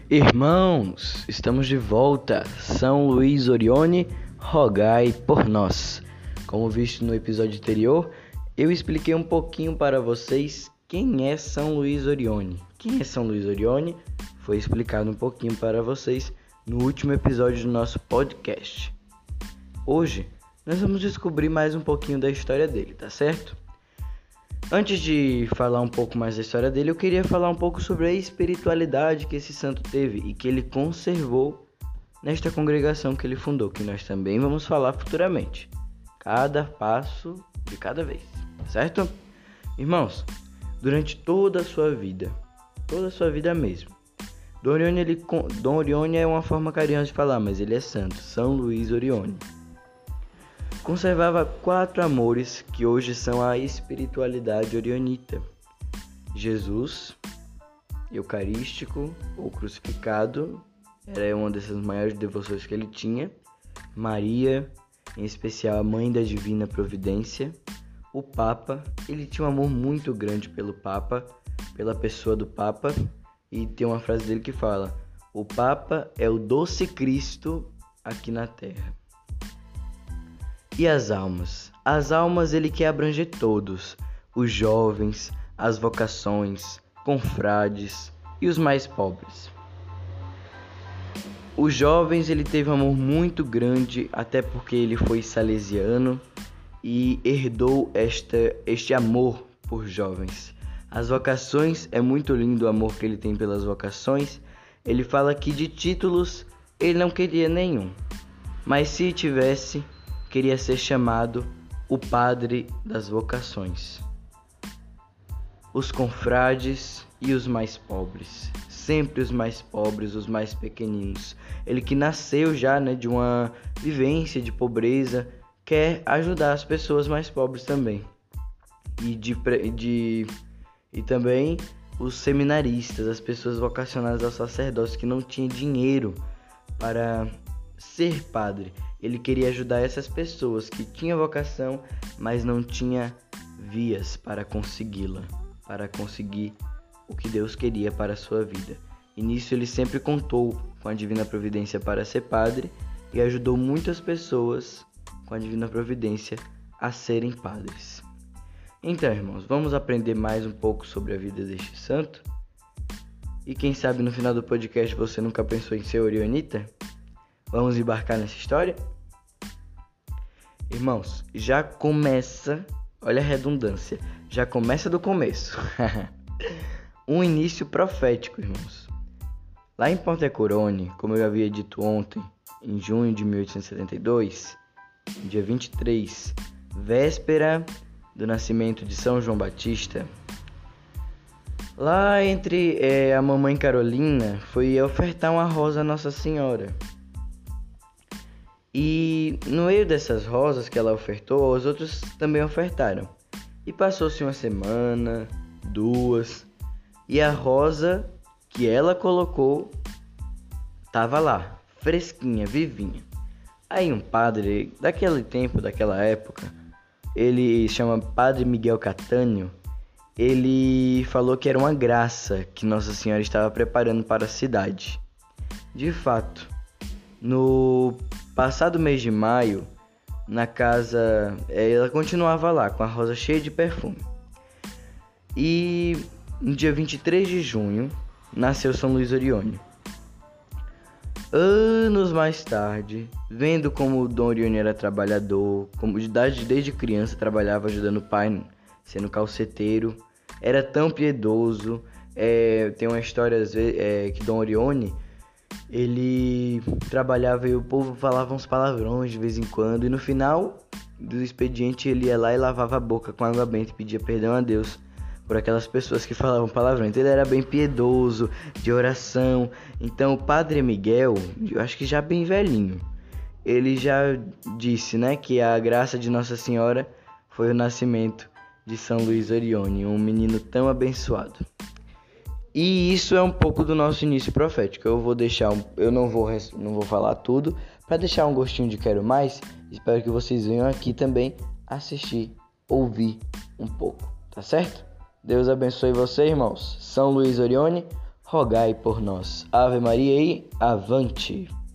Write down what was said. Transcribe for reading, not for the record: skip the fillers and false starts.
Irmãos, estamos de volta. São Luís Orione, rogai por nós. Como visto no episódio anterior, eu expliquei um pouquinho para vocês quem é São Luís Orione. Quem é São Luís Orione? Foi explicado um pouquinho para vocês no último episódio do nosso podcast. Hoje, nós vamos descobrir mais um pouquinho da história dele, tá certo? Antes de falar um pouco mais da história dele, eu queria falar um pouco sobre a espiritualidade que esse santo teve e que ele conservou nesta congregação que ele fundou, que nós também vamos falar futuramente. Cada passo de cada vez, certo? Irmãos, durante toda a sua vida mesmo, Dom Orione é uma forma carinhosa de falar, mas ele é santo, São Luís Orione. Conservava 4 amores que hoje são a espiritualidade orionita: Jesus, Eucarístico ou crucificado, era uma dessas maiores devoções que ele tinha, Maria, em especial a Mãe da Divina Providência, o Papa. Ele tinha um amor muito grande pelo Papa, pela pessoa do Papa, e tem uma frase dele que fala: o Papa é o doce Cristo aqui na Terra. E as almas? As almas ele quer abranger todos, os jovens, as vocações, confrades e os mais pobres. Os jovens ele teve um amor muito grande, até porque ele foi salesiano e herdou este amor por jovens. As vocações, é muito lindo o amor que ele tem pelas vocações. Ele fala que de títulos ele não queria nenhum, mas se tivesse, queria ser chamado o padre das vocações. Os confrades e os mais pobres, sempre os mais pobres, os mais pequeninos. Ele que nasceu já de uma vivência de pobreza, quer ajudar as pessoas mais pobres também. E também os seminaristas, as pessoas vocacionadas ao sacerdócio que não tinham dinheiro para ser padre. Ele queria ajudar essas pessoas que tinham vocação, mas não tinha vias para consegui-la, para conseguir o que Deus queria para a sua vida. E nisso ele sempre contou com a Divina Providência para ser padre e ajudou muitas pessoas com a Divina Providência a serem padres. Então, irmãos, vamos aprender mais um pouco sobre a vida deste santo? E quem sabe no final do podcast você nunca pensou em ser orionita? Vamos embarcar nessa história? Irmãos, já começa, olha a redundância, já começa do começo. Um início profético, irmãos. Lá em Ponte Corone, como eu havia dito ontem, em junho de 1872, dia 23, véspera do nascimento de São João Batista, lá entre a mamãe Carolina foi ofertar uma rosa a Nossa Senhora. E no meio dessas rosas que ela ofertou, os outros também ofertaram. E passou-se uma semana, 2, e a rosa que ela colocou estava lá, fresquinha, vivinha. Aí um padre daquele tempo, daquela época, ele chama Padre Miguel Catânio, ele falou que era uma graça que Nossa Senhora estava preparando para a cidade. De fato, no passado mês de maio, na casa, ela continuava lá com a rosa cheia de perfume. E no dia 23 de junho, nasceu São Luís Orione. Anos mais tarde, vendo como o Dom Orione era trabalhador, como desde criança trabalhava ajudando o pai, sendo calceteiro, era tão piedoso. Tem uma história às vezes, que Dom Orione, ele trabalhava e o povo falava uns palavrões de vez em quando, e no final do expediente ele ia lá e lavava a boca com água benta e pedia perdão a Deus por aquelas pessoas que falavam palavrão. Então ele era bem piedoso, de oração. Então o Padre Miguel, eu acho que já bem velhinho, ele já disse, que a graça de Nossa Senhora foi o nascimento de São Luís Orione, um menino tão abençoado. E isso é um pouco do nosso início profético. Eu não vou falar tudo, para deixar um gostinho de quero mais. Espero que vocês venham aqui também assistir, ouvir um pouco, tá certo? Deus abençoe você, irmãos. São Luís Orione, rogai por nós. Ave Maria e avante.